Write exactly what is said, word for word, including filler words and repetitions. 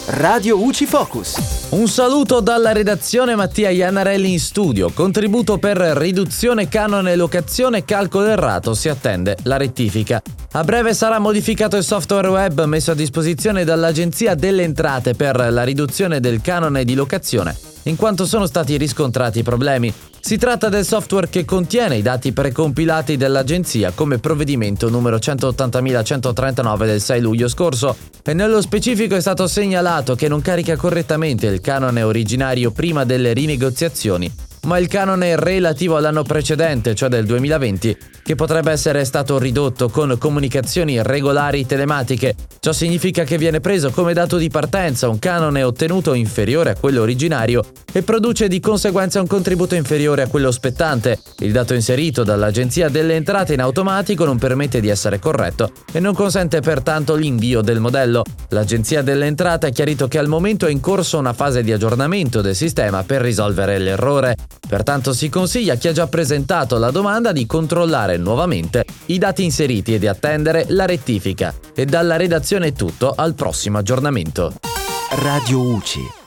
Radio U C I Focus. Un saluto dalla redazione, Mattia Iannarelli in studio. Contributo per riduzione canone locazione, calcolo errato, si attende la rettifica. A breve sarà modificato il software web messo a disposizione dall'Agenzia delle Entrate per la riduzione del canone di locazione, in quanto sono stati riscontrati problemi. Si tratta del software che contiene i dati precompilati dell'agenzia come provvedimento numero centottantamilacenotrentanove del sei luglio scorso, e nello specifico è stato segnalato che non carica correttamente il canone originario prima delle rinegoziazioni, ma il canone relativo all'anno precedente, cioè del duemilaventi, che potrebbe essere stato ridotto con comunicazioni regolari telematiche. Ciò significa che viene preso come dato di partenza un canone ottenuto inferiore a quello originario e produce di conseguenza un contributo inferiore a quello spettante. Il dato inserito dall'Agenzia delle Entrate in automatico non permette di essere corretto e non consente pertanto l'invio del modello. L'Agenzia delle Entrate ha chiarito che al momento è in corso una fase di aggiornamento del sistema per risolvere l'errore. Pertanto si consiglia a chi ha già presentato la domanda di controllare nuovamente i dati inseriti e di attendere la rettifica. E dalla redazione è tutto, al prossimo aggiornamento. Radio U C I.